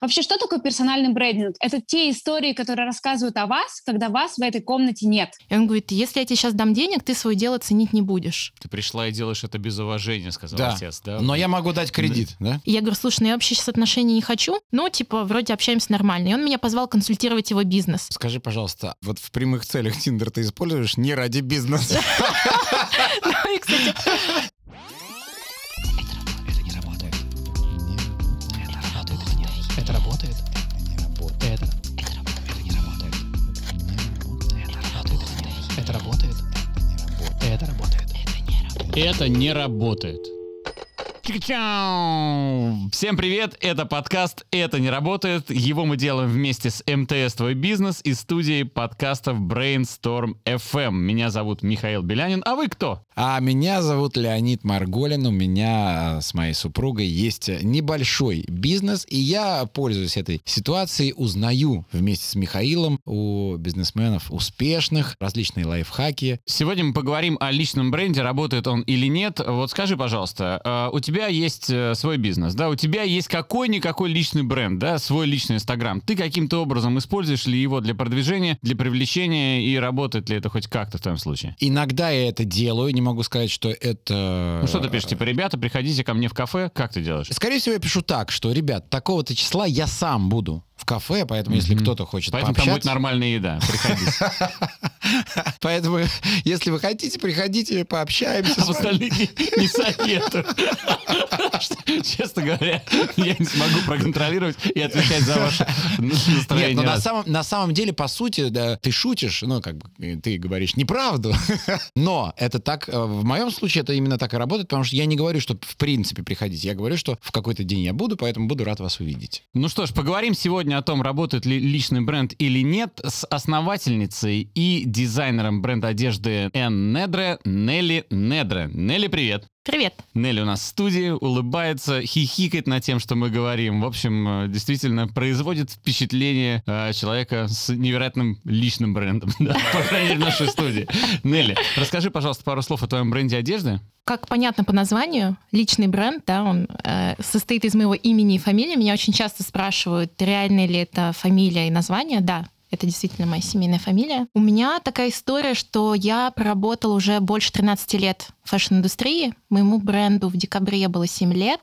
Вообще, что такое персональный брендинг? Это те истории, которые рассказывают о вас, когда вас в этой комнате нет. И он говорит, если я тебе сейчас дам денег, ты свое дело ценить не будешь. Ты пришла и делаешь это без уважения, сказал отец, да? Но я могу дать кредит, да? И я говорю, слушай, я вообще сейчас отношений не хочу, вроде общаемся нормально. И он меня позвал консультировать его бизнес. Скажи, пожалуйста, вот в прямых целях Тиндер ты используешь не ради бизнеса? Ну и, кстати... Это работает. Это не работает. Всем привет, это подкаст «Это не работает». Его мы делаем вместе с МТС «Твой бизнес» и студией подкастов Brainstorm FM. Меня зовут Михаил Белянин, а вы кто? А меня зовут Леонид Марголин. У меня с моей супругой есть небольшой бизнес, и я пользуюсь этой ситуацией, узнаю вместе с Михаилом у бизнесменов успешных различные лайфхаки. Сегодня мы поговорим о личном бренде, работает он или нет. Вот скажи, пожалуйста, у тебя есть свой бизнес, да, у тебя есть какой-никакой личный бренд, да, свой личный Инстаграм. Ты каким-то образом используешь ли его для продвижения, для привлечения, и работает ли это хоть как-то в твоем случае? Иногда я это делаю, не могу сказать, что это... Ну что ты пишешь, типа, ребята, приходите ко мне в кафе, как ты делаешь? Скорее всего, я пишу так, что, ребят, такого-то числа я сам буду в кафе, поэтому если кто-то хочет поэтому пообщаться... там будет нормальная еда, приходите. Поэтому, если вы хотите, приходите, пообщаемся. А остальные не советую. Честно говоря, я не смогу проконтролировать и отвечать за ваше настроение. Нет, но на самом деле, по сути, да, ты шутишь, ты говоришь неправду, но это так, в моем случае это именно так и работает, потому что я не говорю, что в принципе приходите, я говорю, что в какой-то день я буду, поэтому буду рад вас увидеть. Ну что ж, поговорим сегодня о том, работает ли личный бренд или нет, с основательницей и дизайнером бренда одежды Недре Нелли Недре. Нелли, привет! Привет. Нелли у нас в студии, улыбается, хихикает над тем, что мы говорим. В общем, действительно производит впечатление человека с невероятным личным брендом, да, по крайней мере, в нашей студии. Нелли, расскажи, пожалуйста, пару слов о твоем бренде одежды. Как понятно по названию, личный бренд, да, он состоит из моего имени и фамилии. Меня очень часто спрашивают, реально ли это фамилия и название. Да, это действительно моя семейная фамилия. У меня такая история, что я проработала уже больше 13 лет в фэшн-индустрии. Моему бренду в декабре было 7 лет.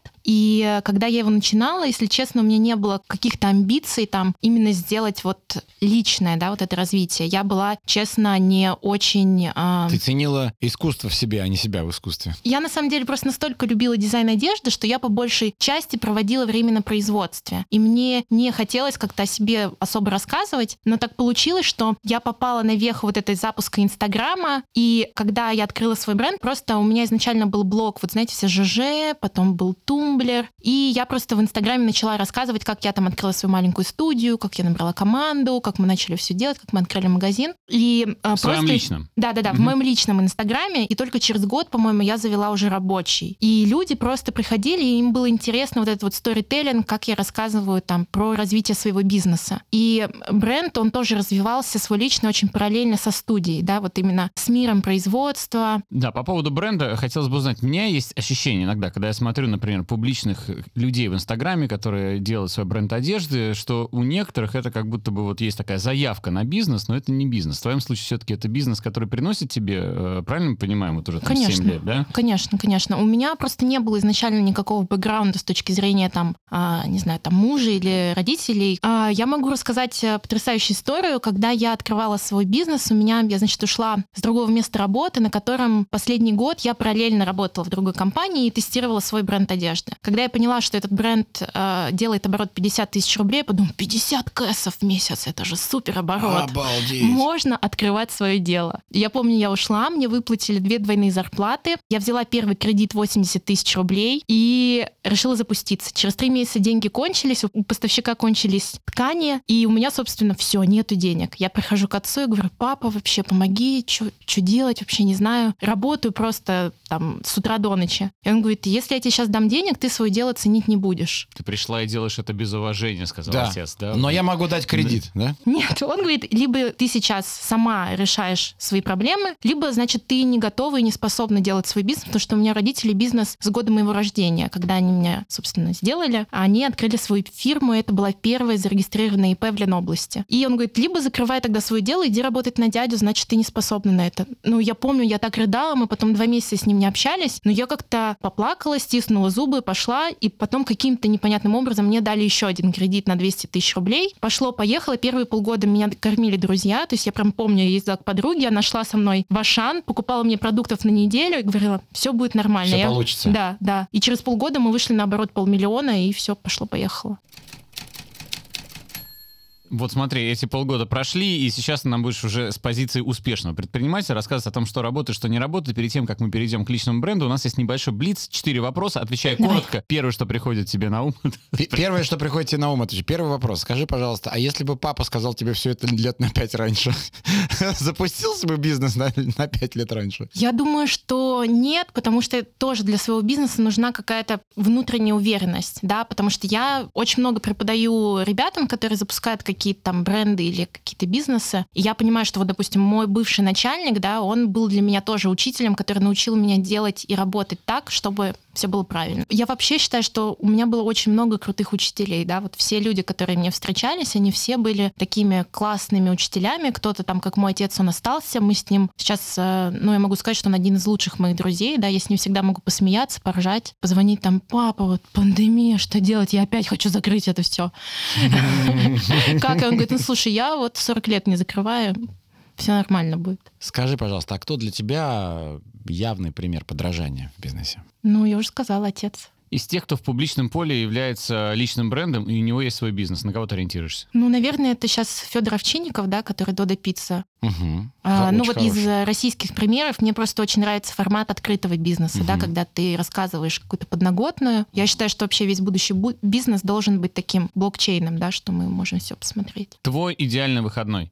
И когда я его начинала, если честно, у меня не было каких-то амбиций там именно сделать вот личное, да, вот это развитие. Я была, честно, не очень... Ты ценила искусство в себе, а не себя в искусстве. Я, на самом деле, просто настолько любила дизайн одежды, что я по большей части проводила время на производстве. И мне не хотелось как-то о себе особо рассказывать, но так получилось, что я попала на веху вот этой запуска Инстаграма, и когда я открыла свой бренд, просто у меня изначально был блог, вот знаете, все ЖЖ, потом был Тумблер, и я просто в Инстаграме начала рассказывать, как я там открыла свою маленькую студию, как я набрала команду, как мы начали все делать, как мы открыли магазин. И в своем личном? Да, в моем личном Инстаграме, и только через год, по-моему, я завела уже рабочий. И люди просто приходили, и им было интересно вот этот вот сторителлинг, как я рассказываю там про развитие своего бизнеса. И бренд, он тоже развивался свой личный очень параллельно со студией, да, вот именно с миром производства. Да, по поводу бренда хотелось бы узнать. У меня есть ощущение иногда, когда я смотрю, например, публичных людей в Инстаграме, которые делают свой бренд одежды, что у некоторых это как будто бы вот есть такая заявка на бизнес, но это не бизнес. В твоем случае все-таки это бизнес, который приносит тебе, правильно мы понимаем, вот уже там 7 лет, да? Конечно. У меня просто не было изначально никакого бэкграунда с точки зрения там, не знаю, там мужа или родителей. Я могу рассказать потрясающую историю. Когда я открывала свой бизнес, я, значит, ушла с другого места работы, на котором последний год я параллельно работала в другой компании и тестировала свой бренд одежды. Когда я поняла, что этот бренд делает оборот 50 тысяч рублей, я подумала, 50 кэсов в месяц, это же супер оборот. Обалдеть. Можно открывать свое дело. Я помню, я ушла, мне выплатили 2 двойные зарплаты, я взяла первый кредит 80 тысяч рублей и решила запуститься. Через 3 месяца деньги кончились, у поставщика кончились ткани, и у меня, собственно, все, нету денег. Я прихожу к отцу и говорю, папа, вообще помоги, что делать, вообще не знаю. Работаю просто там с утра до ночи. И он говорит, если я тебе сейчас дам денег, денег, ты свое дело ценить не будешь. Ты пришла и делаешь это без уважения, сказал Да. отец, да? Но я могу дать кредит, да? Нет, он говорит, либо ты сейчас сама решаешь свои проблемы, либо, значит, ты не готова и не способна делать свой бизнес, потому что у меня родители бизнес с года моего рождения, когда они меня, собственно, сделали, они открыли свою фирму, это была первая зарегистрированная ИП в Ленобласти. И он говорит, либо закрывай тогда свое дело, иди работать на дядю, значит, ты не способна на это. Ну, я помню, я так рыдала, мы потом 2 месяца с ним не общались, но я как-то поплакала, стиснула зубы, пошла, и потом каким-то непонятным образом мне дали еще один кредит на 200 тысяч рублей. Пошло-поехало, первые полгода меня кормили друзья, то есть я прям помню, я ездила к подруге, она шла со мной в Ашан, покупала мне продуктов на неделю и говорила, все будет нормально. Все получится. Да, да. И через полгода мы вышли на оборот 500 000, и все, пошло-поехало. Вот смотри, эти полгода прошли, и сейчас ты нам будешь уже с позиции успешного предпринимателя рассказывать о том, что работает, что не работает. Перед тем, как мы перейдем к личному бренду, у нас есть небольшой блиц, 4 вопроса, отвечай коротко. Первое, что приходит тебе на ум. Первое, что приходит тебе на ум, это же первый вопрос. Скажи, пожалуйста, а если бы папа сказал тебе все это лет на 5 раньше, запустился бы бизнес на 5 лет раньше? Я думаю, что нет, потому что тоже для своего бизнеса нужна какая-то внутренняя уверенность, да, потому что я очень много преподаю ребятам, которые запускают какие-то там бренды или какие-то бизнесы, и я понимаю, что вот, допустим, мой бывший начальник, да, он был для меня тоже учителем, который научил меня делать и работать так, чтобы все было правильно. Я вообще считаю, что у меня было очень много крутых учителей, да, вот все люди, которые мне встречались, они все были такими классными учителями, кто-то там, как мой отец, он остался, мы с ним сейчас, ну, я могу сказать, что он один из лучших моих друзей, да, я с ним всегда могу посмеяться, поржать, позвонить там, папа, вот пандемия, что делать, я опять хочу закрыть это все. Как? И он говорит, ну, слушай, я вот 40 лет не закрываю, все нормально будет. Скажи, пожалуйста, а кто для тебя явный пример подражания в бизнесе? Ну, я уже сказала, отец. Из тех, кто в публичном поле является личным брендом, и у него есть свой бизнес, на кого ты ориентируешься? Ну, наверное, это сейчас Федор Овчинников, да, который Додо Пицца. Угу. Ну, вот из российских примеров мне просто очень нравится формат открытого бизнеса, да, когда ты рассказываешь какую-то подноготную. Я считаю, что вообще весь будущий бизнес должен быть таким блокчейном, да, что мы можем все посмотреть. Твой идеальный выходной?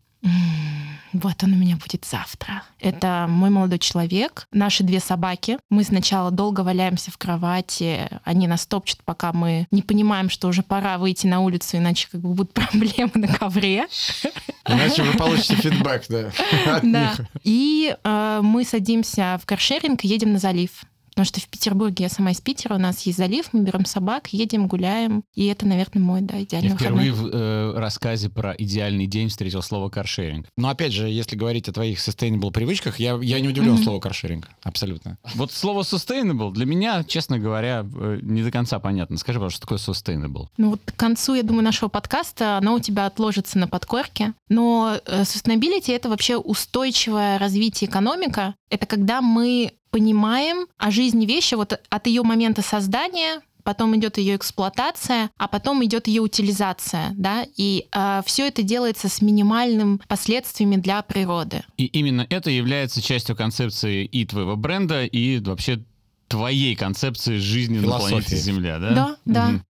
Вот он у меня будет завтра. Это мой молодой человек, наши 2 собаки. Мы сначала долго валяемся в кровати, они нас топчут, пока мы не понимаем, что уже пора выйти на улицу, иначе как бы будут проблемы на ковре. Иначе вы получите фидбэк, да, от Да. них. И мы садимся в каршеринг и едем на залив. Потому что в Петербурге, я сама из Питера, у нас есть залив, мы берем собак, едем, гуляем. И это, наверное, мой, да, идеальный Я впервые выходной. в рассказе про идеальный день встретил слово каршеринг. Но опять же, если говорить о твоих sustainable привычках, я не удивлен слову каршеринг. Абсолютно. Вот слово sustainable для меня, честно говоря, не до конца понятно. Скажи, пожалуйста, что такое sustainable? Ну вот к концу, я думаю, нашего подкаста оно у тебя отложится на подкорке. Но sustainability — это вообще устойчивое развитие экономика. Это когда мы понимаем о жизни вещи вот от ее момента создания, потом идет ее эксплуатация, а потом идет ее утилизация, да, и все это делается с минимальными последствиями для природы. И именно это является частью концепции и твоего бренда, и вообще твоей концепции жизни на планете Земля, да? Да, да. Мгм.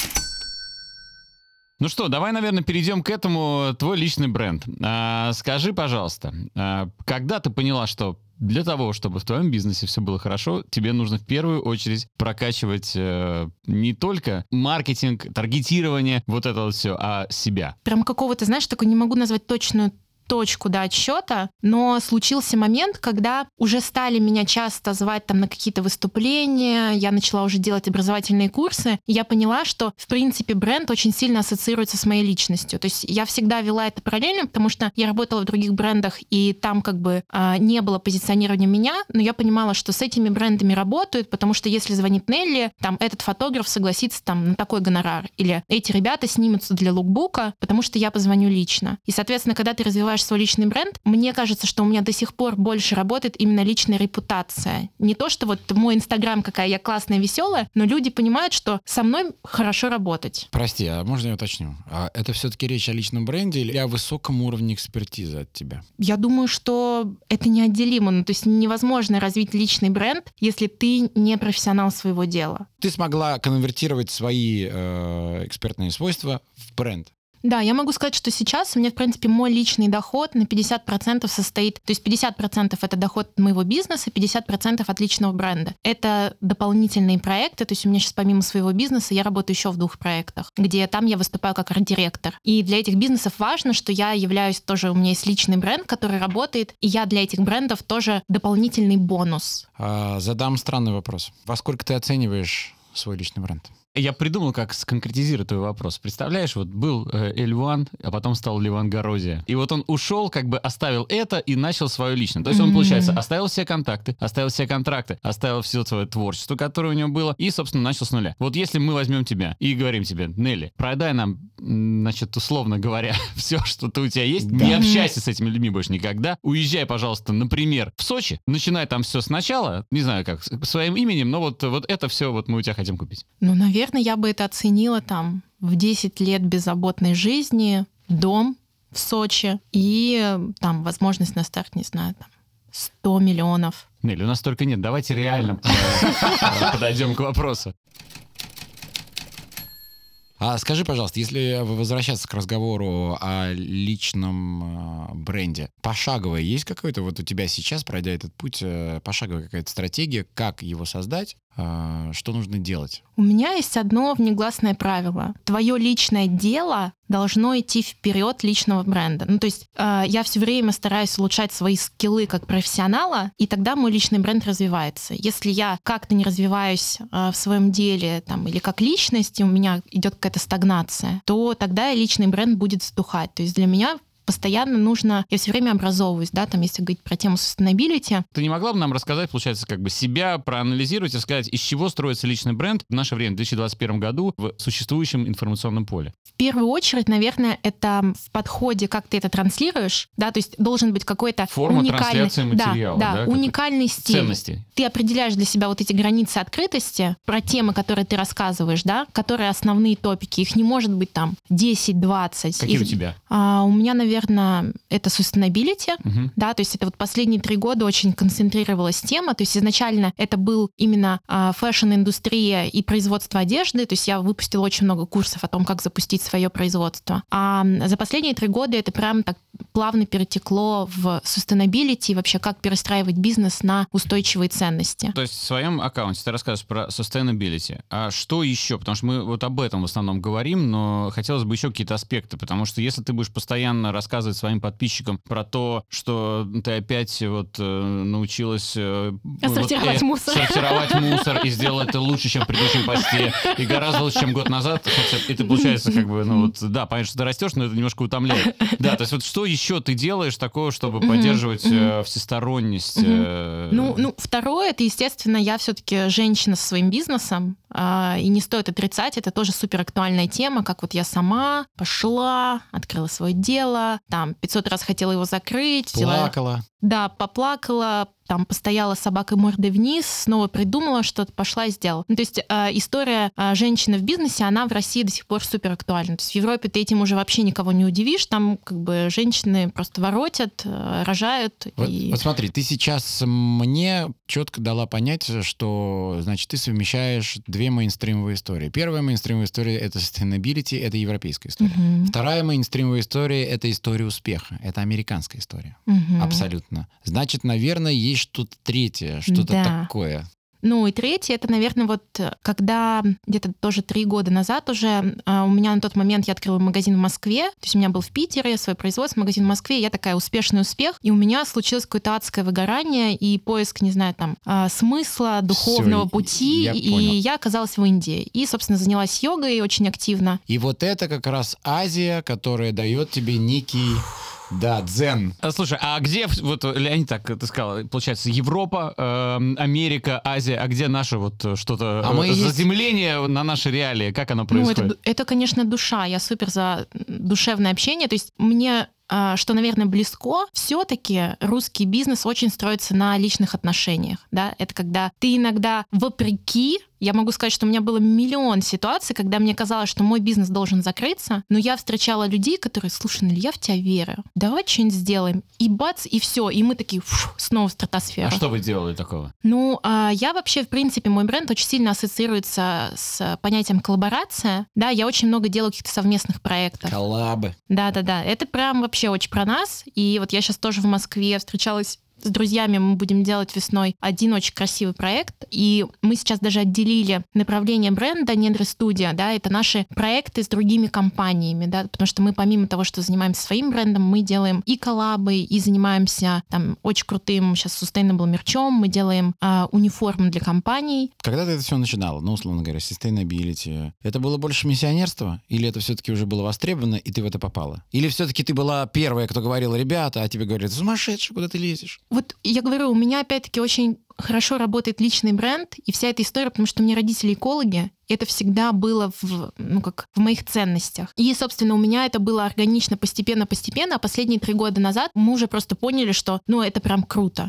Ну что, давай, наверное, перейдем к этому, твой личный бренд. Скажи, пожалуйста, когда ты поняла, что для того, чтобы в твоем бизнесе все было хорошо, тебе нужно в первую очередь прокачивать не только маркетинг, таргетирование, вот это вот все, а себя? Прям какого-то, знаешь, такой не могу назвать точную точку, да, отсчета, но случился момент, когда уже стали меня часто звать там на какие-то выступления, я начала уже делать образовательные курсы, и я поняла, что, в принципе, бренд очень сильно ассоциируется с моей личностью. То есть я всегда вела это параллельно, потому что я работала в других брендах, и там как бы не было позиционирования меня, но я понимала, что с этими брендами работают, потому что если звонит Нелли, там этот фотограф согласится там на такой гонорар, или эти ребята снимутся для лукбука, потому что я позвоню лично. И, соответственно, когда ты развиваешь свой личный бренд, мне кажется, что у меня до сих пор больше работает именно личная репутация. Не то, что вот мой Инстаграм, какая я классная, веселая, но люди понимают, что со мной хорошо работать. Прости, а можно я уточню? Это все-таки речь о личном бренде или о высоком уровне экспертизы от тебя? Я думаю, что это неотделимо. Ну, то есть невозможно развить личный бренд, если ты не профессионал своего дела. Ты смогла конвертировать свои экспертные свойства в бренд. Да, я могу сказать, что сейчас у меня, в принципе, мой личный доход на 50% состоит, то есть 50% это доход моего бизнеса, 50% от личного бренда. Это дополнительные проекты, то есть у меня сейчас помимо своего бизнеса я работаю еще в 2 проектах, где там я выступаю как арт-директор. И для этих бизнесов важно, что я являюсь тоже, у меня есть личный бренд, который работает, и я для этих брендов тоже дополнительный бонус. Задам странный вопрос. Во сколько ты оцениваешь свой личный бренд? Я придумал, как сконкретизировать твой вопрос. Представляешь, вот был Эльван, а потом стал Леван Горозия. И вот он ушел, как бы оставил это и начал свое личное. То есть он, получается, оставил все контакты, оставил все контракты, оставил все свое творчество, которое у него было, и, собственно, начал с нуля. Вот если мы возьмем тебя и говорим тебе: Нелли, продай нам, значит, условно говоря, все, что у тебя есть, не общайся с этими людьми больше никогда, уезжай, пожалуйста, например, в Сочи, начинай там все сначала, не знаю как, своим именем, но вот это все вот мы у тебя хотим купить. Ну, наверное, я бы это оценила там в 10 лет беззаботной жизни, дом в Сочи и там возможность на старт, не знаю, там 100 миллионов. Нелли, у нас столько нет, давайте реально подойдем к вопросу. А скажи, пожалуйста, если возвращаться к разговору о личном бренде, пошаговая есть какой-то, вот у тебя сейчас, пройдя этот путь, пошаговая какая-то стратегия, как его создать, что нужно делать? У меня есть одно внегласное правило. Твое личное дело должно идти вперед личного бренда. Ну, то есть я все время стараюсь улучшать свои скиллы как профессионала, и тогда мой личный бренд развивается. Если я как-то не развиваюсь в своем деле там, или как личность, и у меня идет какая-то стагнация, то тогда и личный бренд будет затухать. То есть для меня постоянно нужно, я все время образовываюсь, да, там, если говорить про тему sustainability. Ты не могла бы нам рассказать, получается, как бы себя проанализировать и сказать, из чего строится личный бренд в наше время, в 2021 году, в существующем информационном поле? В первую очередь, наверное, это в подходе, как ты это транслируешь, да, то есть должен быть какой-то форма уникальный, трансляции материала, да, уникальный стиль. Ценности. Ты определяешь для себя вот эти границы открытости, про темы, которые ты рассказываешь, да, которые основные топики, их не может быть там 10-20. Какие у тебя? У меня, наверное, это sustainability, да, то есть это вот последние 3 года очень концентрировалась тема, то есть изначально это был именно фэшн-индустрия и производство одежды, то есть я выпустила очень много курсов о том, как запустить свое производство. А за последние 3 года это прям так плавно перетекло в sustainability и вообще как перестраивать бизнес на устойчивые ценности. То есть в своем аккаунте ты рассказываешь про sustainability. А что еще? Потому что мы вот об этом в основном говорим, но хотелось бы еще какие-то аспекты, потому что если ты будешь постоянно рассказывать своим подписчикам про то, что ты опять вот научилась сортировать мусор. Сортировать мусор и сделала это лучше, чем в предыдущем посте, и гораздо лучше, чем год назад, хотя это получается как бы, ну вот, да, понятно, что ты растешь, но это немножко утомляет. Да, то есть вот что еще ты делаешь такого, чтобы поддерживать всесторонность? Ну, второе, это, естественно, я все-таки женщина со своим бизнесом, и не стоит отрицать, это тоже супер актуальная тема, как вот я сама пошла, открыла свое дело, там 500 раз хотела его закрыть. Плакала. Да, поплакала, там постояла собакой мордой вниз, снова придумала что-то, пошла и сделала. Ну, то есть история женщины в бизнесе, она в России до сих пор супер актуальна. То есть в Европе ты этим уже вообще никого не удивишь, там как бы женщины просто воротят, рожают. Вот смотри, ты сейчас мне четко дала понять, что, значит, ты совмещаешь 2 мейнстримовые истории. Первая мейнстримовая история — это sustainability, это европейская история. Вторая мейнстримовая история — это история успеха, это американская история. Абсолютно. Значит, наверное, есть что-то третье, что-то такое. Ну и третье, это, наверное, вот когда где-то тоже 3 года назад уже у меня на тот момент я открыла магазин в Москве, то есть у меня был в Питере свой производство, магазин в Москве, и я такая успешный успех, и у меня случилось какое-то адское выгорание и поиск, не знаю, там, смысла, духовного пути, и я оказалась в Индии. И, собственно, занялась йогой очень активно. И вот это как раз Азия, которая дает тебе некий... Да, дзен. Слушай, а где, вот, Леонид, так ты сказал, получается, Европа, Америка, Азия, а где наше вот что-то, заземление на наши реалии, как оно происходит? Ну, это, конечно, душа, я супер за душевное общение, то есть мне... что, наверное, близко, все-таки русский бизнес очень строится на личных отношениях. Да? Это когда ты иногда вопреки Я могу сказать, что у меня было миллион ситуаций, когда мне казалось, что мой бизнес должен закрыться, но я встречала людей, которые: слушай, ну я в тебя верю, давай что-нибудь сделаем. И бац, и все. И мы такие, снова в стратосферу. А что вы делали такого? Ну, я вообще, в принципе, мой бренд очень сильно ассоциируется с понятием коллаборация. Да, я очень много делаю каких-то совместных проектов. Коллабы. Да. Это прям вообще очень про нас. И вот я сейчас тоже в Москве встречалась с друзьями, мы будем делать весной один очень красивый проект, и мы сейчас даже отделили направление бренда Недра Студия, да, это наши проекты с другими компаниями, да, потому что мы помимо того, что занимаемся своим брендом, мы делаем и коллабы, и занимаемся там очень крутым сейчас sustainable мерчом, мы делаем униформы для компаний. Когда ты это все начинала, ну, условно говоря, sustainability, это было больше миссионерство? Или это все-таки уже было востребовано, и ты в это попала? Или все-таки ты была первая, кто говорил: ребята, а тебе говорят: сумасшедший, куда ты лезешь? Вот я говорю, у меня опять-таки очень хорошо работает личный бренд и вся эта история, потому что у меня родители экологи, и это всегда было в моих ценностях. И, собственно, у меня это было органично, постепенно, а последние 3 года назад мы уже просто поняли, что, это прям круто.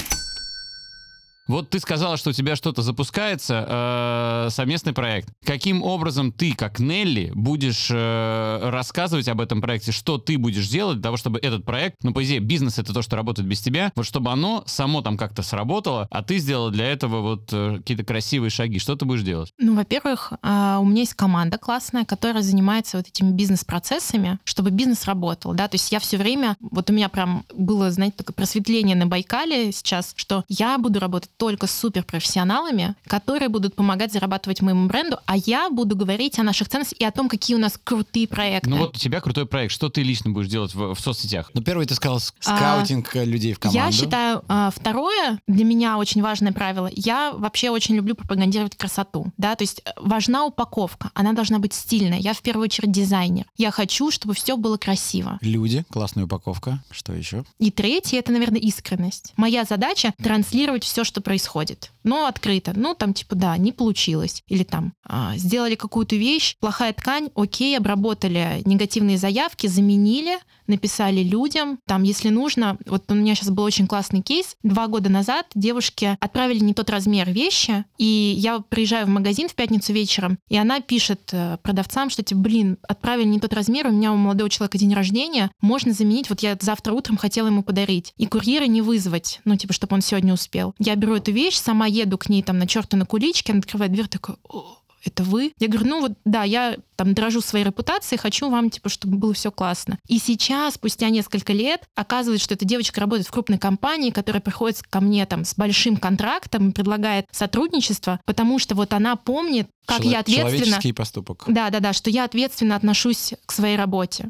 Вот ты сказала, что у тебя что-то запускается, совместный проект. Каким образом ты, как Нелли, будешь рассказывать об этом проекте? Что ты будешь делать для того, чтобы этот проект, по идее, бизнес — это то, что работает без тебя, вот чтобы оно само там как-то сработало, а ты сделала для этого вот какие-то красивые шаги. Что ты будешь делать? Ну, во-первых, у меня есть команда классная, которая занимается вот этими бизнес-процессами, чтобы бизнес работал, да, то есть я все время, вот у меня прям было, знаете, такое просветление на Байкале сейчас, что я буду работать только с суперпрофессионалами, которые будут помогать зарабатывать моему бренду, а я буду говорить о наших ценностях и о том, какие у нас крутые проекты. Ну вот у тебя крутой проект. Что ты лично будешь делать в соцсетях? Ну, первый ты сказал скаутинг людей в команду. Я считаю, второе, для меня очень важное правило, я вообще очень люблю пропагандировать красоту, да, то есть важна упаковка, она должна быть стильная. Я в первую очередь дизайнер. Я хочу, чтобы все было красиво. Люди, классная упаковка. Что еще? И третье, это, наверное, искренность. Моя задача — транслировать все, что происходит. Но открыто. Не получилось. Или сделали какую-то вещь, плохая ткань, окей, обработали негативные заявки, заменили, написали людям. Если нужно, вот у меня сейчас был очень классный кейс. 2 года назад девушке отправили не тот размер вещи, и я приезжаю в магазин в пятницу вечером, и она пишет продавцам, что отправили не тот размер, у меня у молодого человека день рождения, можно заменить, вот я завтра утром хотела ему подарить. И курьера не вызвать, чтобы он сегодня успел. Я беру эту вещь, сама еду к ней на черту куличке, она открывает дверь, такая: о, это вы? Я говорю, я дорожу своей репутацией, хочу вам, чтобы было все классно. И сейчас, спустя несколько лет, оказывается, что эта девочка работает в крупной компании, которая приходит ко мне с большим контрактом и предлагает сотрудничество, потому что она помнит, как я ответственно... Человеческий поступок. Да, что я ответственно отношусь к своей работе.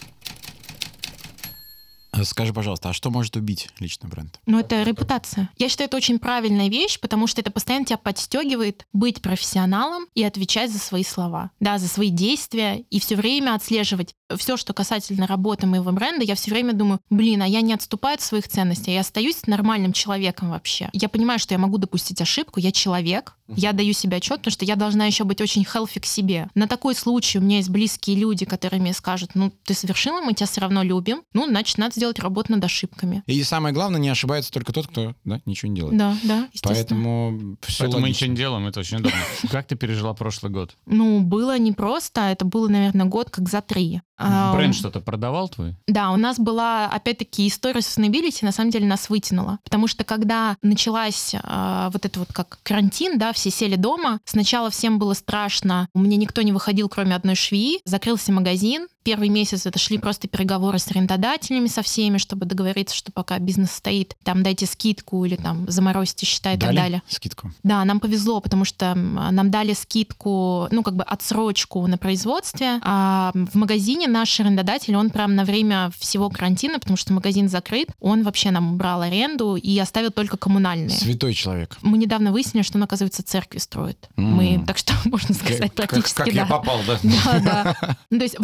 Скажи, пожалуйста, а что может убить личный бренд? Это репутация. Я считаю, это очень правильная вещь, потому что это постоянно тебя подстегивает быть профессионалом и отвечать за свои слова, да, за свои действия, и все время отслеживать все, что касательно работы моего бренда. Я все время думаю, а я не отступаю от своих ценностей, я остаюсь нормальным человеком вообще. Я понимаю, что я могу допустить ошибку, я человек, я даю себе отчет, потому что я должна еще быть очень healthy к себе. На такой случай у меня есть близкие люди, которые мне скажут: ты совершила, мы тебя все равно любим, значит, надо сделать работу над ошибками. И самое главное, не ошибается только тот, кто ничего не делает. Да, естественно. Поэтому все мы ничего не делаем, это очень удобно. Как ты пережила прошлый год? Было непросто, это было, наверное, год как за 3. Бренд что-то продавал твой? Да, у нас была, опять-таки, история sustainability, на самом деле нас вытянула. Потому что когда началась как карантин, да, все сели дома, сначала всем было страшно, у меня никто не выходил, кроме одной швеи, закрылся магазин. Первый месяц это шли просто переговоры с арендодателями, со всеми, чтобы договориться, что пока бизнес стоит, дайте скидку или заморозьте счета и так далее. Скидку? Да, нам повезло, потому что нам дали скидку, отсрочку на производстве, а в магазине наш арендодатель, он прям на время всего карантина, потому что магазин закрыт, он вообще нам убрал аренду и оставил только коммунальные. Святой человек. Мы недавно выяснили, что он, оказывается, церкви строит. Так что, можно сказать, практически как да. я попал, да? Да. То есть вначале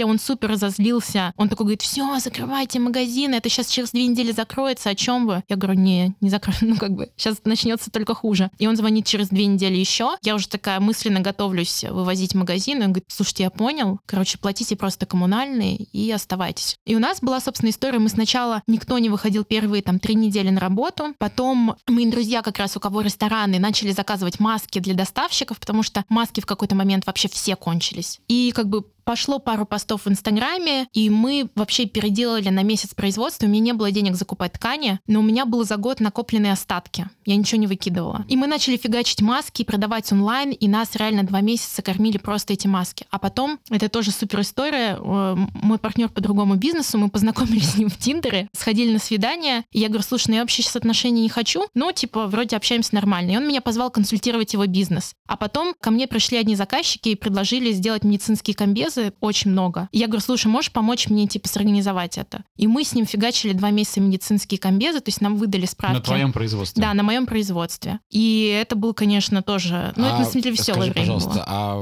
он супер разозлился. Он такой говорит: все, закрывайте магазины, это сейчас через 2 недели закроется, о чем вы? Я говорю: не закрою, сейчас начнется только хуже. И он звонит через 2 недели еще. Я уже такая мысленно готовлюсь вывозить магазин. И он говорит: слушайте, я понял, платите просто коммунальные и оставайтесь. И у нас была, собственно, история. Мы сначала, никто не выходил первые 3 недели на работу. Потом мои друзья, как раз у кого рестораны, начали заказывать маски для доставщиков, потому что маски в какой-то момент вообще все кончились. И пошло пару постов в Инстаграме, и мы вообще переделали на месяц производства. У меня не было денег закупать ткани, но у меня было за год накопленные остатки. Я ничего не выкидывала. И мы начали фигачить маски, продавать онлайн, и нас реально 2 месяца кормили просто эти маски. А потом, это тоже супер история, мой партнер по другому бизнесу, мы познакомились с ним в Тиндере, сходили на свидание, и я говорю: слушай, я вообще сейчас отношений не хочу, но вроде общаемся нормально. И он меня позвал консультировать его бизнес. А потом ко мне пришли одни заказчики и предложили сделать медицинские комбезы, очень много. И я говорю: слушай, можешь помочь мне сорганизовать это? И мы с ним фигачили 2 месяца медицинские комбезы, то есть нам выдали справки. На твоем производстве? Да, на моем производстве. И это был, конечно, тоже... это на самом деле веселое время пожалуйста, было. А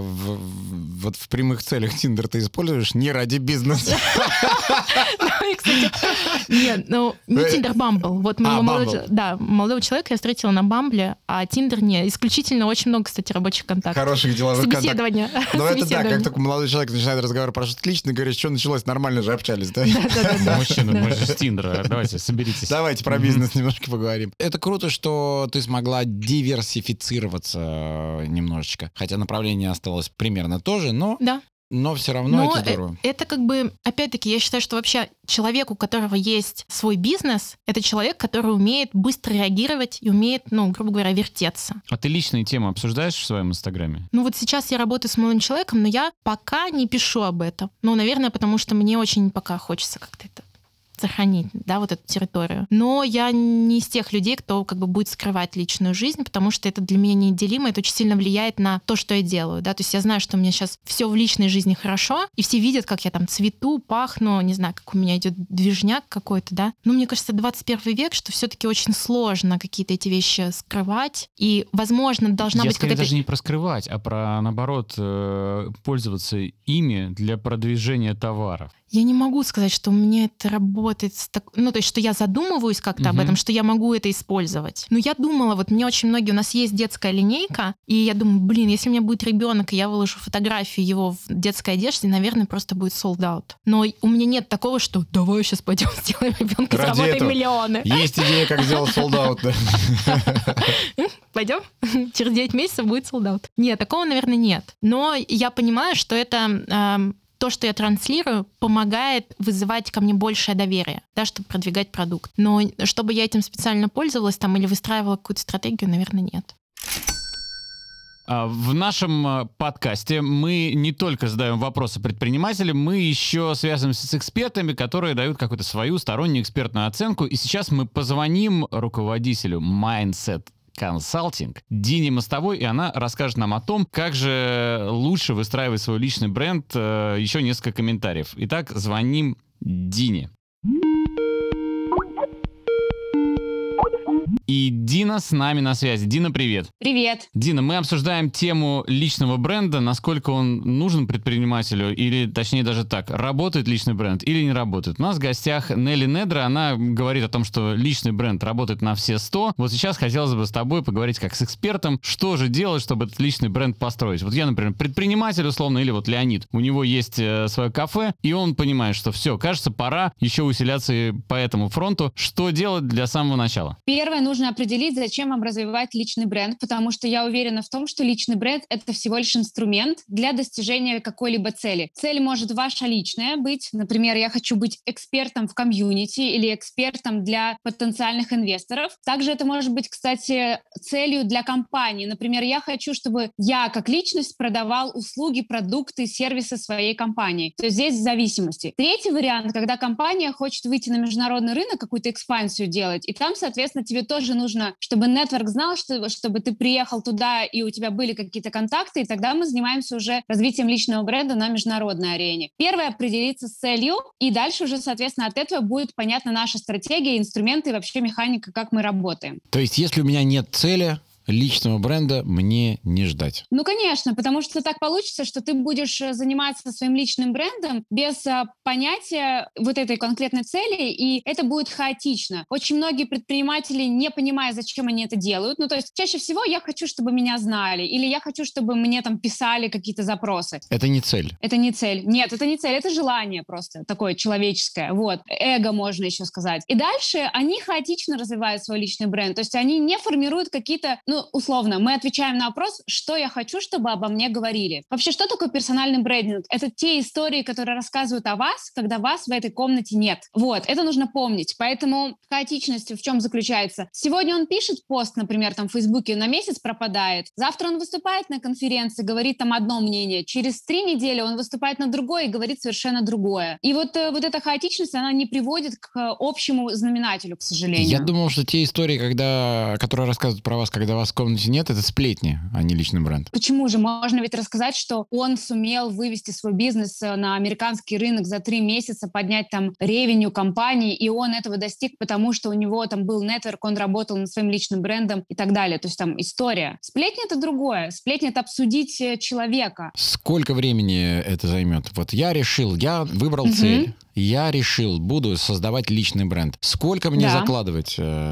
в прямых целях Тиндер ты используешь не ради бизнеса? Кстати, нет, не Тиндер, Бамбл. Вот молодого человека я встретила на Бамбле, а Тиндер не. Исключительно очень много, кстати, рабочих контактов. Хороших деловых контактов. Собеседования. Ну это да, как только молодой человек начинает разговор про что-то личное, говорит: что началось, нормально же общались, да? Да. Мужчина, мы же с Тиндера. Давайте, соберитесь. Давайте про бизнес немножко поговорим. Это круто, что ты смогла диверсифицироваться немножечко. Хотя направление осталось примерно то же, но... Да. Но все равно это здорово. Это опять-таки, я считаю, что вообще человек, у которого есть свой бизнес, это человек, который умеет быстро реагировать и умеет, грубо говоря, вертеться. А ты личные темы обсуждаешь в своем Инстаграме? Сейчас я работаю с молодым человеком, но я пока не пишу об этом. Наверное, потому что мне очень пока хочется как-то это сохранить, вот эту территорию. Но я не из тех людей, кто будет скрывать личную жизнь, потому что это для меня неотделимо, это очень сильно влияет на то, что я делаю, То есть я знаю, что у меня сейчас все в личной жизни хорошо, и все видят, как я цвету, пахну, не знаю, как у меня идет движняк какой-то, Но мне кажется, 21 век, что все-таки очень сложно какие-то эти вещи скрывать, и, возможно, должна быть какая-то... даже не про скрывать, а про, наоборот, пользоваться ими для продвижения товаров. Я не могу сказать, что у меня это работает, то есть, что я задумываюсь как-то об этом, что я могу это использовать. Но я думала, мне очень многие, у нас есть детская линейка, и я думаю, если у меня будет ребенок, и я выложу фотографию его в детской одежде, наверное, просто будет sold out. Но у меня нет такого, что давай сейчас пойдем сделаем ребенка, заработаем миллионы. Есть идея, как сделать sold out. Пойдем? Через 9 месяцев будет sold out. Нет, такого, наверное, нет. Но я понимаю, что это... то, что я транслирую, помогает вызывать ко мне большее доверие, чтобы продвигать продукт. Но чтобы я этим специально пользовалась или выстраивала какую-то стратегию, наверное, нет. В нашем подкасте мы не только задаем вопросы предпринимателям, мы еще связываемся с экспертами, которые дают какую-то свою стороннюю экспертную оценку. И сейчас мы позвоним руководителю Mindset консалтинг Дине Мостовой, и она расскажет нам о том, как же лучше выстраивать свой личный бренд. Еще несколько комментариев. Итак, звоним Дине. И Дина с нами на связи. Дина, привет. Привет. Дина, мы обсуждаем тему личного бренда, насколько он нужен предпринимателю, или, точнее, даже так, работает личный бренд или не работает. У нас в гостях Нелли Недра, она говорит о том, что личный бренд работает на все 100. Вот сейчас хотелось бы с тобой поговорить как с экспертом, что же делать, чтобы этот личный бренд построить. Вот я, например, предприниматель, условно, или вот Леонид, у него есть свое кафе, и он понимает, что все, кажется, пора еще усиляться и по этому фронту. Что делать для самого начала? Первое, нужно определить, зачем вам развивать личный бренд, потому что я уверена в том, что личный бренд — это всего лишь инструмент для достижения какой-либо цели. Цель может ваша личная быть. Например, я хочу быть экспертом в комьюнити или экспертом для потенциальных инвесторов. Также это может быть, кстати, целью для компании. Например, я хочу, чтобы я как личность продавал услуги, продукты, сервисы своей компании. То есть здесь в зависимости. Третий вариант, когда компания хочет выйти на международный рынок, какую-то экспансию делать, и там, соответственно, тебе тоже нужно, чтобы нетворк знал, чтобы ты приехал туда и у тебя были какие-то контакты, и тогда мы занимаемся уже развитием личного бренда на международной арене. Первое — определиться с целью, и дальше уже, соответственно, от этого будет понятна наша стратегия, инструменты и вообще механика, как мы работаем. То есть, если у меня нет цели, личного бренда мне не ждать. Ну, конечно, потому что так получится, что ты будешь заниматься своим личным брендом без понятия вот этой конкретной цели, и это будет хаотично. Очень многие предприниматели, не понимая, зачем они это делают, ну, то есть чаще всего я хочу, чтобы меня знали, или я хочу, чтобы мне там писали какие-то запросы. Это не цель. Это не цель. Нет, это не цель, это желание просто такое человеческое. Вот. Эго, можно еще сказать. И дальше они хаотично развивают свой личный бренд. То есть они не формируют какие-то, ну, условно, мы отвечаем на вопрос, что я хочу, чтобы обо мне говорили. Вообще, что такое персональный брендинг? Это те истории, которые рассказывают о вас, когда вас в этой комнате нет. Вот, это нужно помнить. Поэтому хаотичность в чем заключается? Сегодня он пишет пост, например, там в Фейсбуке, на месяц пропадает. Завтра он выступает на конференции, говорит там одно мнение. Через 3 недели он выступает на другое и говорит совершенно другое. И вот эта хаотичность, она не приводит к общему знаменателю, к сожалению. Я думал, что те истории, которые рассказывают про вас, когда вас в комнате нет, это сплетни, а не личный бренд. Почему же? Можно ведь рассказать, что он сумел вывести свой бизнес на американский рынок за 3 месяца, поднять там ревеню компании, и он этого достиг, потому что у него там был нетворк, он работал над своим личным брендом и так далее. То есть там история. Сплетни — это другое. Сплетни — это обсудить человека. Сколько времени это займет? Вот я выбрал цель. Я решил, буду создавать личный бренд. Сколько мне закладывать?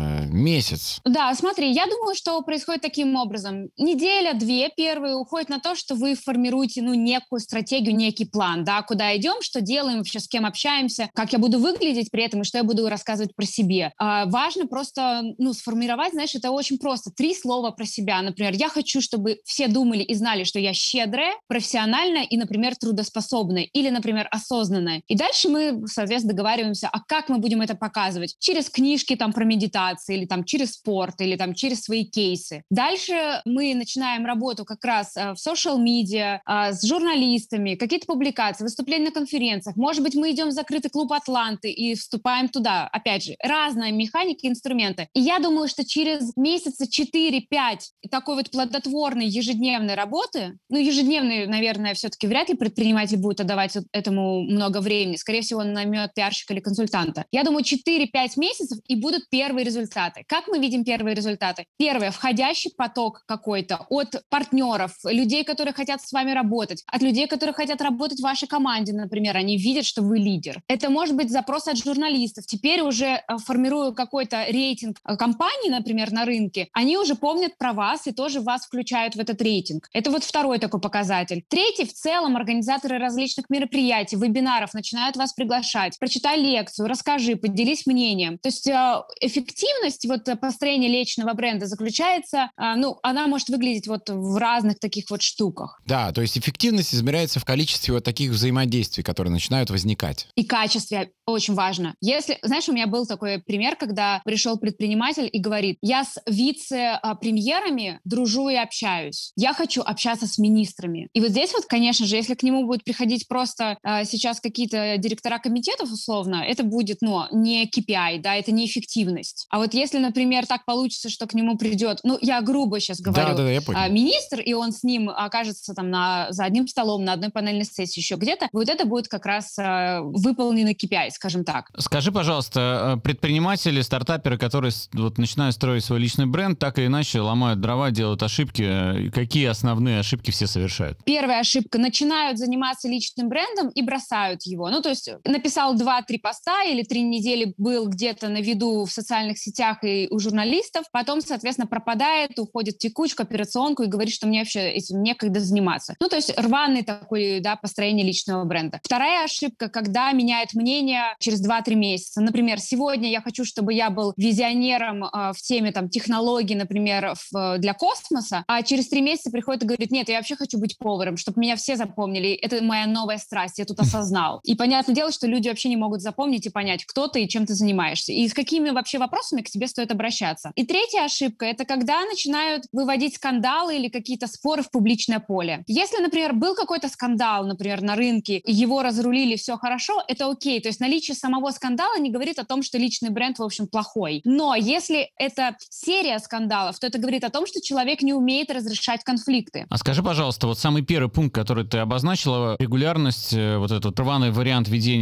Месяц? Да, смотри, я думаю, что происходит таким образом. Неделя-две первые уходит на то, что вы формируете, некую стратегию, некий план, да, куда идем, что делаем, вообще с кем общаемся, как я буду выглядеть при этом и что я буду рассказывать про себя. Важно просто, сформировать, знаешь, это очень просто. 3 слова про себя. Например, я хочу, чтобы все думали и знали, что я щедрая, профессиональная и, например, трудоспособная или, например, осознанная. И дальше мы, соответственно, договариваемся, а как мы будем это показывать? Через книжки там про медитации, или там через спорт, или там через свои кейсы. Дальше мы начинаем работу как раз в social-медиа, с журналистами, какие-то публикации, выступления на конференциях. Может быть, мы идем в закрытый клуб «Атланты» и вступаем туда. Опять же, разная механика, инструменты. И я думаю, что через месяца 4-5 такой вот плодотворной ежедневной работы, ежедневной, наверное, все-таки вряд ли предприниматель будет отдавать этому много времени. Скорее всего, он наймет пиарщика или консультанта. Я думаю, 4-5 месяцев, и будут первые результаты. Как мы видим первые результаты? Первое, входящий поток какой-то от партнеров, людей, которые хотят с вами работать, от людей, которые хотят работать в вашей команде, например, они видят, что вы лидер. Это может быть запрос от журналистов. Теперь уже формируя какой-то рейтинг компаний, например, на рынке, они уже помнят про вас и тоже вас включают в этот рейтинг. Это вот второй такой показатель. Третий, в целом, организаторы различных мероприятий, вебинаров начинают вас приглашать. Прочитай лекцию, расскажи, поделись мнением. То есть эффективность построения личного бренда заключается, она может выглядеть в разных таких вот штуках. Да, то есть эффективность измеряется в количестве вот таких взаимодействий, которые начинают возникать. И качестве очень важно. Знаешь, у меня был такой пример, когда пришел предприниматель и говорит, я с вице-премьерами дружу и общаюсь. Я хочу общаться с министрами. И вот здесь конечно же, если к нему будут приходить просто сейчас какие-то директора комитетов, условно, это будет, не KPI, да, это не эффективность. А вот если, например, так получится, что к нему придет, я грубо сейчас говорю, я понял. Министр, и он с ним окажется там за одним столом, на одной панельной сессии еще где-то, вот это будет как раз выполненный KPI, скажем так. Скажи, пожалуйста, предприниматели, стартаперы, которые начинают строить свой личный бренд, так или иначе ломают дрова, делают ошибки. Какие основные ошибки все совершают? Первая ошибка. Начинают заниматься личным брендом и бросают его. То есть написал 2-3 поста или 3 недели был где-то на виду в социальных сетях и у журналистов, потом, соответственно, пропадает, уходит в текучку, операционку и говорит, что мне вообще этим некогда заниматься. То есть рваный такой, построение личного бренда. Вторая ошибка, когда меняет мнение через 2-3 месяца. Например, сегодня я хочу, чтобы я был визионером в теме технологий, например, для космоса, а через 3 месяца приходит и говорит, нет, я вообще хочу быть поваром, чтобы меня все запомнили. Это моя новая страсть, я тут осознал. И понятное дело, что люди вообще не могут запомнить и понять, кто ты и чем ты занимаешься. И с какими вообще вопросами к тебе стоит обращаться. И третья ошибка — это когда начинают выводить скандалы или какие-то споры в публичное поле. Если, например, был какой-то скандал, например, на рынке, его разрулили, все хорошо, это окей. То есть наличие самого скандала не говорит о том, что личный бренд, в общем, плохой. Но если это серия скандалов, то это говорит о том, что человек не умеет разрешать конфликты. А скажи, пожалуйста, самый первый пункт, который ты обозначила, регулярность, этот рваный вариант ведения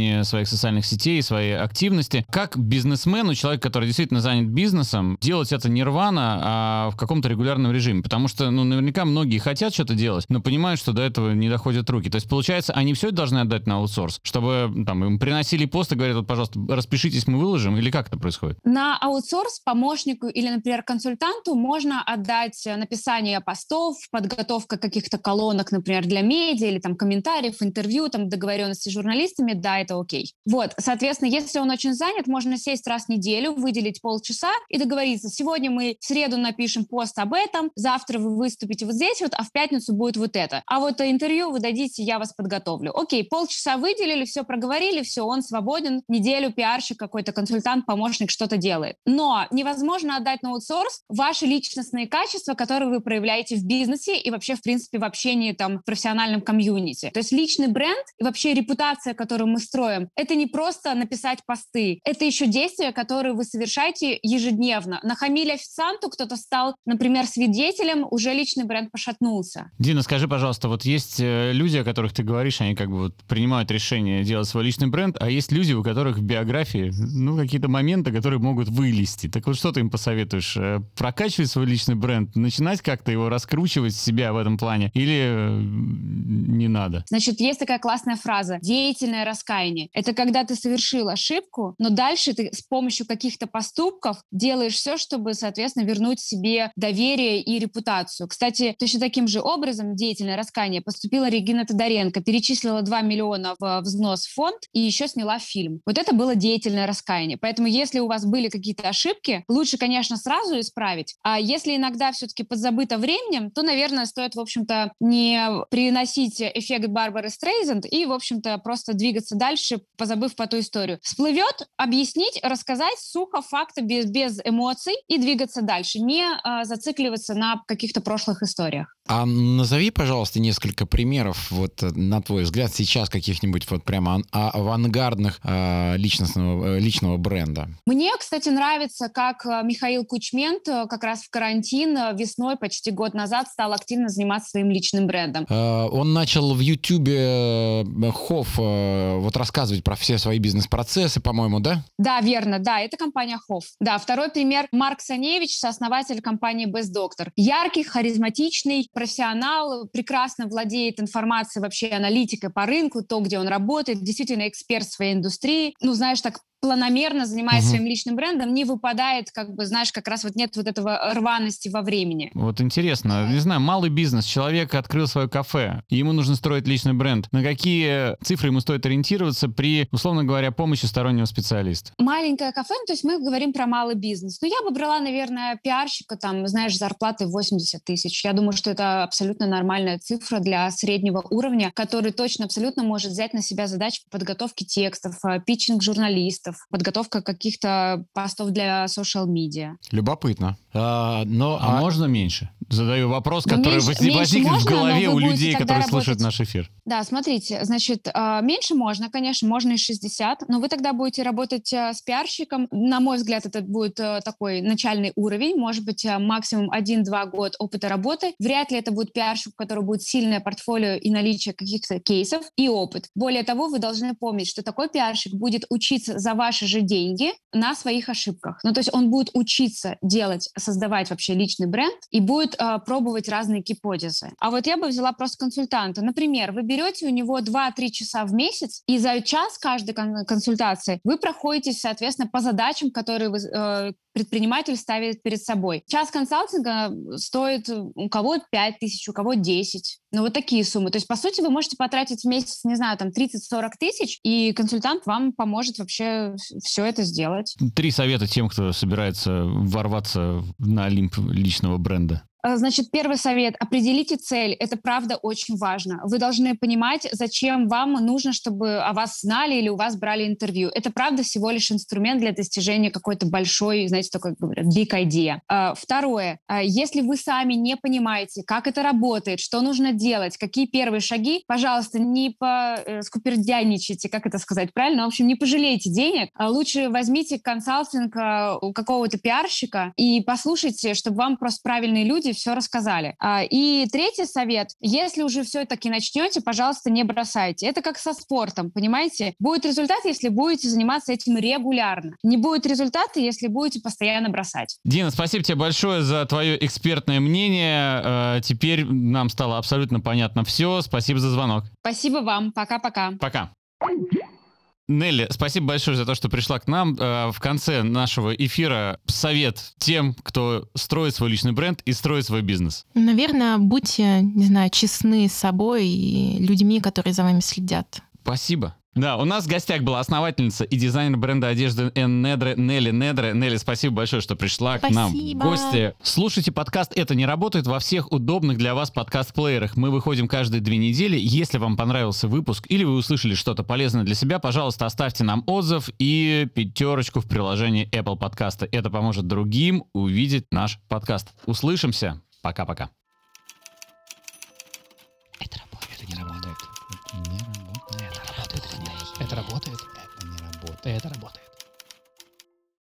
ведения своих социальных сетей, своей активности. Как бизнесмену, человек, который действительно занят бизнесом, делать это не рвано, а в каком-то регулярном режиме? Потому что, наверняка многие хотят что-то делать, но понимают, что до этого не доходят руки. То есть, получается, они все это должны отдать на аутсорс, чтобы там им приносили пост и говорят, вот, пожалуйста, распишитесь, мы выложим, или как это происходит? На аутсорс помощнику или, например, консультанту можно отдать написание постов, подготовка каких-то колонок, например, для медиа или там комментариев, интервью, там договоренности с журналистами, да, это окей. Вот, соответственно, если он очень занят, можно сесть раз в неделю, выделить полчаса и договориться. Сегодня мы в среду напишем пост об этом, завтра вы выступите вот здесь вот, а в пятницу будет вот это. А вот интервью вы дадите, я вас подготовлю. Окей, полчаса выделили, все проговорили, все, он свободен, неделю пиарщик, какой-то консультант, помощник что-то делает. Но невозможно отдать на аутсорс ваши личностные качества, которые вы проявляете в бизнесе и вообще, в принципе, в общении там в профессиональном комьюнити. То есть личный бренд и вообще репутация, которую мы строим, это не просто написать посты, это еще действия, которые вы совершаете ежедневно. Нахамили официанту, кто-то стал, например, свидетелем, уже личный бренд пошатнулся. Дина, скажи, пожалуйста, вот есть люди, о которых ты говоришь, они как бы вот принимают решение делать свой личный бренд, а есть люди, у которых в биографии, какие-то моменты, которые могут вылезти. Так вот, что ты им посоветуешь? Прокачивать свой личный бренд, начинать как-то его раскручивать себя в этом плане или не надо? Значит, есть такая классная фраза «деятельное раскаяние». Это когда ты совершил ошибку, но дальше ты с помощью каких-то поступков делаешь все, чтобы, соответственно, вернуть себе доверие и репутацию. Кстати, точно таким же образом деятельное раскаяние поступила Регина Тодоренко, перечислила 2 миллиона в взнос в фонд и еще сняла фильм. Вот это было деятельное раскаяние. Поэтому если у вас были какие-то ошибки, лучше, конечно, сразу исправить. А если иногда все-таки подзабыто временем, то, наверное, стоит, в общем-то, не приносить эффект Барбары Стрейзанд и, в общем-то, просто двигаться дальше, позабыв по ту историю. Всплывет, объяснить, рассказать сухо, факты, без эмоций и двигаться дальше, не зацикливаться на каких-то прошлых историях. А назови, пожалуйста, несколько примеров, вот на твой взгляд, сейчас каких-нибудь вот прямо авангардных личного бренда. Мне, кстати, нравится, как Михаил Кучмент как раз в карантин весной, почти год назад, стал активно заниматься своим личным брендом. Он начал в Ютубе Хофф вот рассказывать про все свои бизнес-процессы, по-моему, да? Да, верно, да, это компания Хофф. Да, второй пример — Марк Саневич, сооснователь компании Best Doctor. Яркий, харизматичный профессионал, прекрасно владеет информацией, вообще аналитикой по рынку, то, где он работает, действительно эксперт в своей индустрии. Знаешь, так планомерно занимаясь своим личным брендом, не выпадает, как раз вот нет вот этого рваности во времени. Вот интересно, не знаю, малый бизнес, человек открыл свое кафе, ему нужно строить личный бренд. На какие цифры ему стоит ориентироваться при, условно говоря, помощи стороннего специалиста? Маленькое кафе, то есть мы говорим про малый бизнес. Я бы брала, наверное, пиарщика, зарплаты 80 тысяч. Я думаю, что это абсолютно нормальная цифра для среднего уровня, который точно абсолютно может взять на себя задачи по подготовке текстов, питчинг журналистов, подготовка каких-то постов для social-медиа. Любопытно. Можно меньше? Задаю вопрос, который возникнет в можно, голове у людей, которые работать... слушают наш эфир. Да, смотрите, значит, меньше можно, конечно, можно и 60, но вы тогда будете работать с пиарщиком. На мой взгляд, это будет такой начальный уровень, может быть, максимум 1-2 года опыта работы. Вряд ли это будет пиарщик, у которого будет сильное портфолио и наличие каких-то кейсов и опыт. Более того, вы должны помнить, что такой пиарщик будет учиться за ваши же деньги на своих ошибках. То есть он будет учиться создавать вообще личный бренд и будет пробовать разные гипотезы. А вот я бы взяла просто консультанта. Например, вы берете у него 2-3 часа в месяц, и за час каждой консультации вы проходитесь, соответственно, по задачам, которые предприниматель ставит перед собой. Час консалтинга стоит у кого 5 тысяч, у кого 10. Вот такие суммы. То есть, по сути, вы можете потратить в месяц, 30-40 тысяч, и консультант вам поможет вообще все это сделать. 3 совета тем, кто собирается ворваться на Олимп личного бренда. Значит, первый совет. Определите цель. Это правда очень важно. Вы должны понимать, зачем вам нужно, чтобы о вас знали или у вас брали интервью. Это правда всего лишь инструмент для достижения какой-то большой, такой, говорят, big idea. Второе. Если вы сами не понимаете, как это работает, что нужно делать, какие первые шаги, пожалуйста, не скупердяйничайте, как это сказать правильно? В общем, не пожалейте денег. Лучше возьмите консалтинг у какого-то пиарщика и послушайте, чтобы вам просто правильные люди все рассказали. И третий совет. Если уже все-таки начнете, пожалуйста, не бросайте. Это как со спортом, понимаете? Будет результат, если будете заниматься этим регулярно. Не будет результата, если будете постоянно бросать. Дина, спасибо тебе большое за твое экспертное мнение. Теперь нам стало абсолютно понятно все. Спасибо за звонок. Спасибо вам. Пока-пока. Пока. Нелли, спасибо большое за то, что пришла к нам. В конце нашего эфира совет тем, кто строит свой личный бренд и строит свой бизнес. Наверное, будьте, не знаю, честны с собой и людьми, которые за вами следят. Спасибо. Да, у нас в гостях была основательница и дизайнер бренда одежды Недре Нелли Недре. Нелли, спасибо большое, что пришла к нам в гости. Слушайте подкаст «Это не работает» во всех удобных для вас подкаст-плеерах. Мы выходим каждые 2 недели. Если вам понравился выпуск или вы услышали что-то полезное для себя, пожалуйста, оставьте нам отзыв и 5 в приложении Apple подкаста. Это поможет другим увидеть наш подкаст. Услышимся. Пока-пока. Это работает. Это не работает. Это работает. Это работает. Это не работает. Это работает.